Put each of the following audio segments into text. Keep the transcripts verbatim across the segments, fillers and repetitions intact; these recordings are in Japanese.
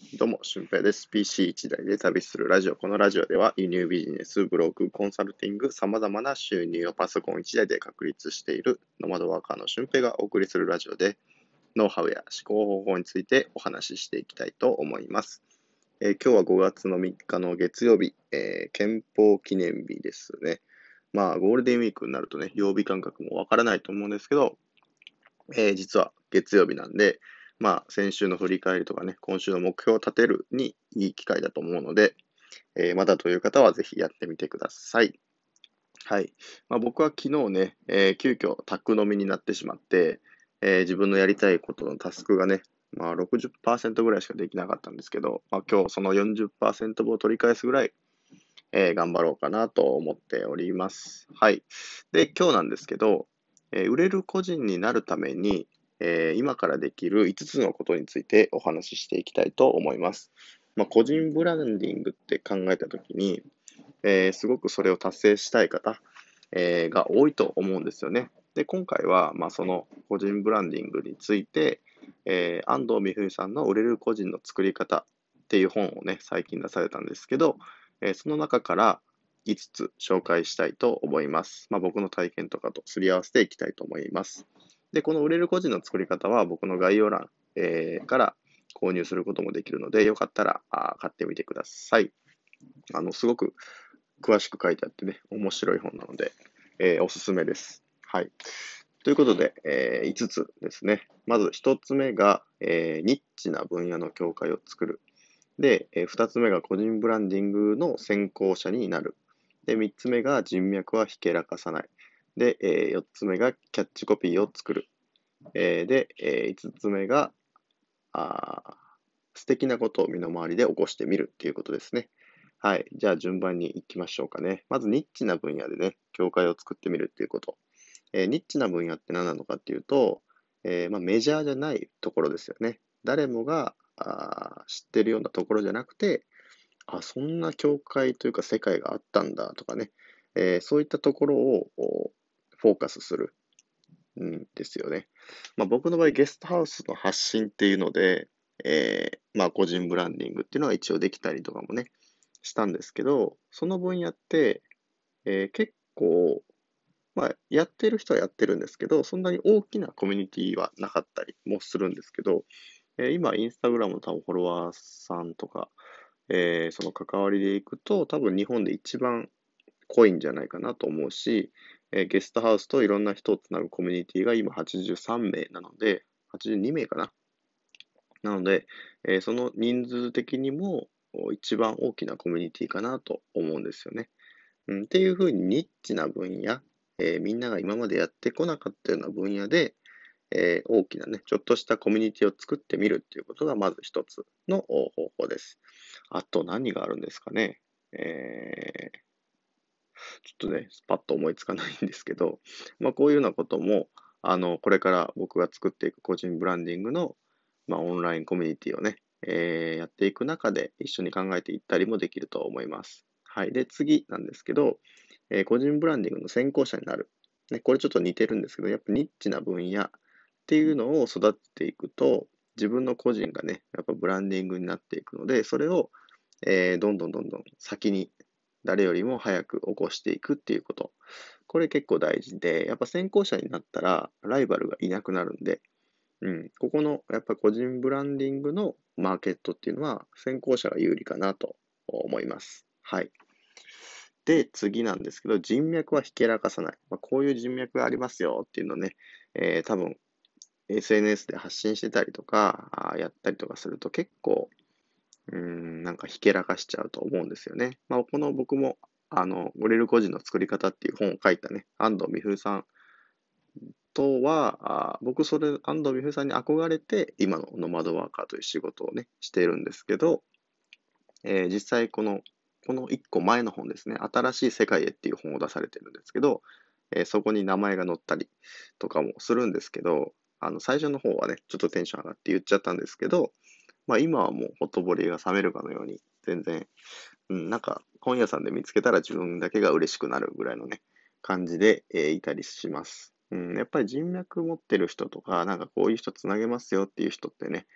どうも、俊平です。ピーシーいち 台で旅するラジオ。このラジオでは輸入ビジネス、ブログ、コンサルティング、様々な収入をパソコンいち台で確立しているノマドワーカーの俊平がお送りするラジオで、ノウハウや思考方法についてお話ししていきたいと思います。えー今日はごがつのみっかの月曜日、えー憲法記念日ですね。まあ、ゴールデンウィークになるとね、曜日感覚もわからないと思うんですけど、えー実は月曜日なんで、まあ、先週の振り返りとかね、今週の目標を立てるにいい機会だと思うので、えーまだという方はぜひやってみてください。はい。まあ、僕は昨日ね、えー急遽宅飲みになってしまって、えー自分のやりたいことのタスクがね、まあ、ろくじゅっパーセントぐらいしかできなかったんですけど、まあ、今日そのよんじゅっパーセント分を取り返すぐらい、えー頑張ろうかなと思っております。はい。で、今日なんですけど、えー売れる個人になるために、えー今からできるいつつのことについてお話ししていきたいと思います。まあ、個人ブランディングって考えたときに、えーすごくそれを達成したい方、えーが多いと思うんですよね。で、今回は、まあ、その個人ブランディングについて、えー安藤美冬さんの売れる個人の作り方っていう本をね、最近出されたんですけど、えーその中からいつつ紹介したいと思います。まあ、僕の体験とかとすり合わせていきたいと思います。で、この売れる個人の作り方は僕の概要欄、えーから購入することもできるので、よかったらあー買ってみてください。あの、すごく詳しく書いてあってね、面白い本なので、えーおすすめです。はい。ということで、えーいつつつですね。まずひとつめが、えーニッチな分野の境界を作る。で、えーふたつめが個人ブランディングの先行者になる。で、みっつめが人脈はひけらかさない。で、えーよっつめがキャッチコピーを作る。えーで、えーいつつめが、あー素敵なことを身の回りで起こしてみるっていうことですね。はい。じゃあ順番に行きましょうかね。まずニッチな分野でね、境界を作ってみるっていうこと。えーニッチな分野って何なのかっていうと、えーまあ、メジャーじゃないところですよね。誰もがあー知ってるようなところじゃなくて、あ、そんな境界というか世界があったんだとかね、えーそういったところをおフォーカスするんですよね。まあ、僕の場合、ゲストハウスの発信っていうので、えーまあ、個人ブランディングっていうのは一応できたりとかもね、したんですけど、その分野って、えー結構、まあ、やってる人はやってるんですけど、そんなに大きなコミュニティはなかったりもするんですけど、えー今、インスタグラムの多分フォロワーさんとか、えーその関わりでいくと、多分日本で一番濃いんじゃないかなと思うし、えーゲストハウスといろんな人をつなぐコミュニティが今はちじゅうさん名なので、はちじゅうに名かな。なので、えーその人数的にもお一番大きなコミュニティかなと思うんですよね。うん、っていうふうにニッチな分野、えーみんなが今までやってこなかったような分野で、えー大きなね、ちょっとしたコミュニティを作ってみるっていうことがまず一つのお方法です。あと何があるんですかね。えーちょっとね、パッと思いつかないんですけど、まあ、こういうようなことも、あの、これから僕が作っていく個人ブランディングの、まあ、オンラインコミュニティをね、えーやっていく中で一緒に考えていったりもできると思います。はい。で、次なんですけど、えー個人ブランディングの先行者になる。ね、これちょっと似てるんですけど、やっぱニッチな分野っていうのを育てていくと、自分の個人がね、やっぱブランディングになっていくので、それを、えーどんどんどんどん先に誰よりも早く起こしていくっていうこと。これ結構大事で、やっぱ先行者になったらライバルがいなくなるんで、うん、ここのやっぱ個人ブランディングのマーケットっていうのは先行者が有利かなと思います。はい。で、次なんですけど、人脈はひけらかさない。まあ、こういう人脈がありますよっていうのをね、えー多分 エスエヌエス で発信してたりとか、あーやったりとかすると結構うーん、なんかひけらかしちゃうと思うんですよね。まあ、この僕も、あの、売れる個人の作り方っていう本を書いたね、安藤美冬さんとは、あ僕、それ、安藤美冬さんに憧れて、今のノマドワーカーという仕事をね、しているんですけど、えー実際この、この一個前の本ですね、新しい世界へっていう本を出されてるんですけど、えーそこに名前が載ったりとかもするんですけど、あの、最初の方はね、ちょっとテンション上がって言っちゃったんですけど、まあ今はもうほとぼりが冷めるかのように、全然うん、なんか、本屋さんで見つけたら自分だけが嬉しくなるぐらいのね、感じで、えーいたりします。うん、やっぱり人脈持ってる人とか、なんかこういう人つなげますよっていう人ってね、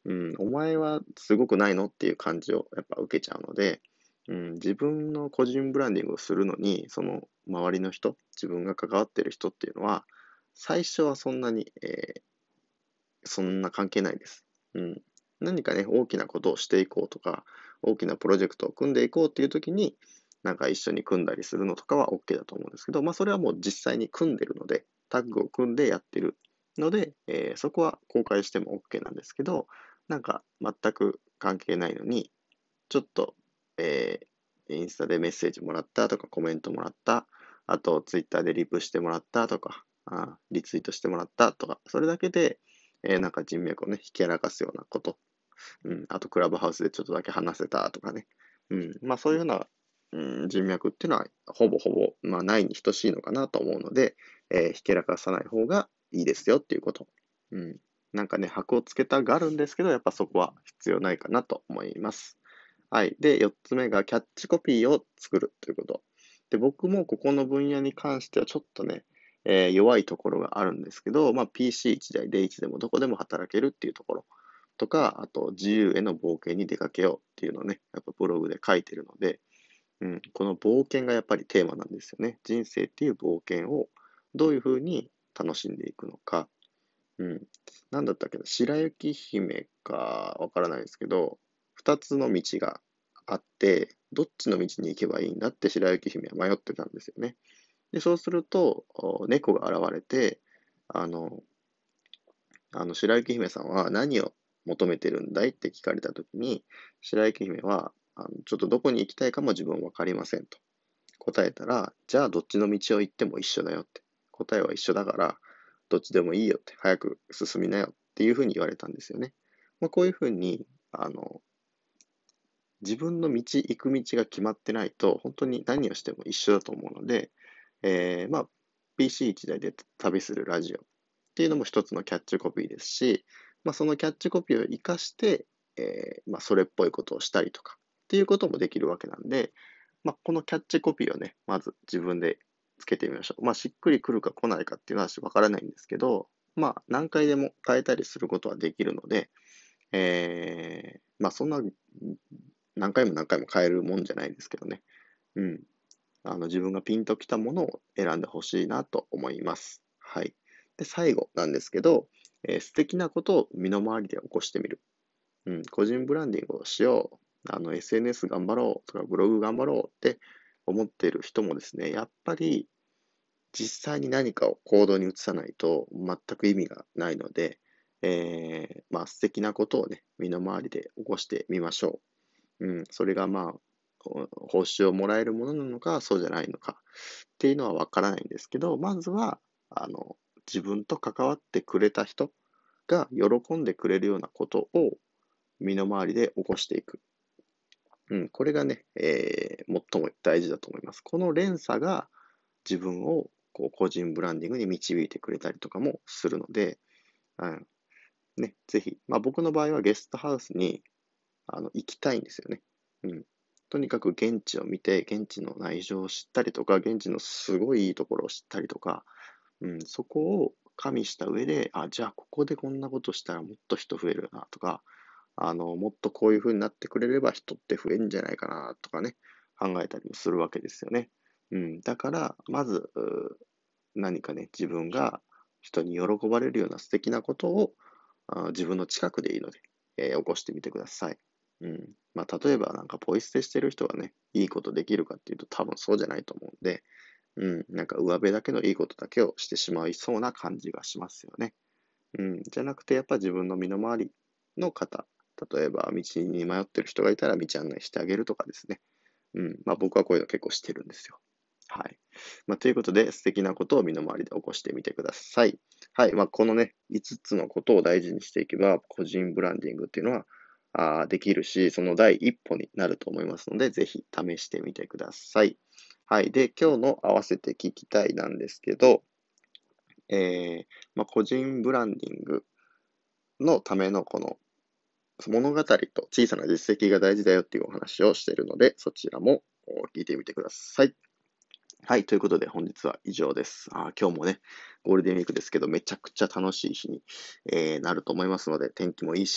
うん、お前はすごくないのっていう感じをやっぱ受けちゃうので、うん、自分の個人ブランディングをするのに、その周りの人、自分が関わってる人っていうのは、最初はそんなに、えーそんな関係ないです。うん。何かね、大きなことをしていこうとか、大きなプロジェクトを組んでいこうっていう時に、なんか一緒に組んだりするのとかは OK だと思うんですけど、まあそれはもう実際に組んでるので、タッグを組んでやってるので、えーそこは公開しても OK なんですけど、なんか全く関係ないのに、ちょっと、えーインスタでメッセージもらったとか、コメントもらった、あと、ツイッターでリプしてもらったとか、あリツイートしてもらったとか、それだけで、えーなんか人脈をね、ひけらかすようなこと、うん、あと、クラブハウスでちょっとだけ話せたとかね、うん、まあ、そういうような、うん、人脈っていうのは、ほぼほぼ、まあ、ないに等しいのかなと思うので、えーひけらかさない方がいいですよっていうこと。うん。なんかね、箔をつけたがるんですけど、やっぱそこは必要ないかなと思います。はい。で、よっつめがキャッチコピーを作るということ。で、僕もここの分野に関してはちょっとね、えー弱いところがあるんですけど、まあ、ピーシーいち 台でいつでもどこでも働けるっていうところとか、あと自由への冒険に出かけようっていうのをね、やっぱブログで書いてるので、うん、この冒険がやっぱりテーマなんですよね。人生っていう冒険をどういうふうに楽しんでいくのか。うん。なんだったっけな、白雪姫かわからないですけど、二つの道があって、どっちの道に行けばいいんだって白雪姫は迷ってたんですよね。で、そうすると、お猫が現れて、あの、あの白雪姫さんは何を求めてるんだいって聞かれたときに、白雪姫は、あのちょっとどこに行きたいかも自分わかりませんと答えたら、じゃあどっちの道を行っても一緒だよって。答えは一緒だから、どっちでもいいよって、早く進みなよっていうふうに言われたんですよね。まあ、こういうふうに、あの、自分の道、行く道が決まってないと、本当に何をしても一緒だと思うので、えー、まあ、ピーシーいち 台で旅するラジオっていうのも一つのキャッチコピーですし、まあ、そのキャッチコピーを活かして、えー、まあ、それっぽいことをしたりとかっていうこともできるわけなんで、まあ、このキャッチコピーをね、まず自分でつけてみましょう。まあ、しっくりくるか来ないかっていうのはわからないんですけど、まあ、何回でも変えたりすることはできるので、えー、まあ、そんな何回も何回も変えるもんじゃないですけどね。うん。あの、自分がピンときたものを選んでほしいなと思います。はい。で、最後なんですけど、えー素敵なことを身の回りで起こしてみる。うん、個人ブランディングをしよう。あの、エスエヌエス 頑張ろうとか、ブログ頑張ろうって思っている人もですね、やっぱり実際に何かを行動に移さないと全く意味がないので、えー、まあ素敵なことをね、身の回りで起こしてみましょう。うん、それがまあ、報酬をもらえるものなのか、そうじゃないのかっていうのはわからないんですけど、まずは、あの、自分と関わってくれた人が喜んでくれるようなことを身の回りで起こしていく。うん、これがね、えー、最も大事だと思います。この連鎖が自分をこう個人ブランディングに導いてくれたりとかもするので、うん、ね、ぜひ、まあ僕の場合はゲストハウスにあの行きたいんですよね。うん。とにかく現地を見て、現地の内情を知ったりとか、現地のすごいいいところを知ったりとか、うん、そこを加味した上で、あ、じゃあここでこんなことしたらもっと人増えるなとか、あの、もっとこういう風になってくれれば人って増えるんじゃないかなとかね、考えたりもするわけですよね。うん。だから、まず、何かね、自分が人に喜ばれるような素敵なことをあ自分の近くでいいので、えー起こしてみてください。うん。まあ、例えばなんかポイ捨てしてる人がね、いいことできるかっていうと多分そうじゃないと思うんで、うん。なんか上辺だけのいいことだけをしてしまいそうな感じがしますよね。うん。じゃなくて、やっぱ自分の身の回りの方、例えば道に迷ってる人がいたら道案内してあげるとかですね。うん。まあ僕はこういうの結構してるんですよ。はい。まあ、ということで、素敵なことを身の回りで起こしてみてください。はい。まあ、このね、いつつのことを大事にしていけば、個人ブランディングっていうのは、あーできるし、その第一歩になると思いますので、ぜひ試してみてください。はい。で、今日の合わせて聞きたいなんですけど、えー、まあ、個人ブランディングのためのこの物語と小さな実績が大事だよっていうお話をしているので、そちらも聞いてみてください。はい。ということで本日は以上です。あー今日もね、ゴールデンウィークですけど、めちゃくちゃ楽しい日に、えーなると思いますので、天気もいいし、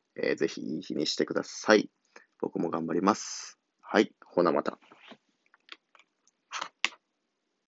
えーぜひいい日にしてください。僕も頑張ります。はい。ほなまた。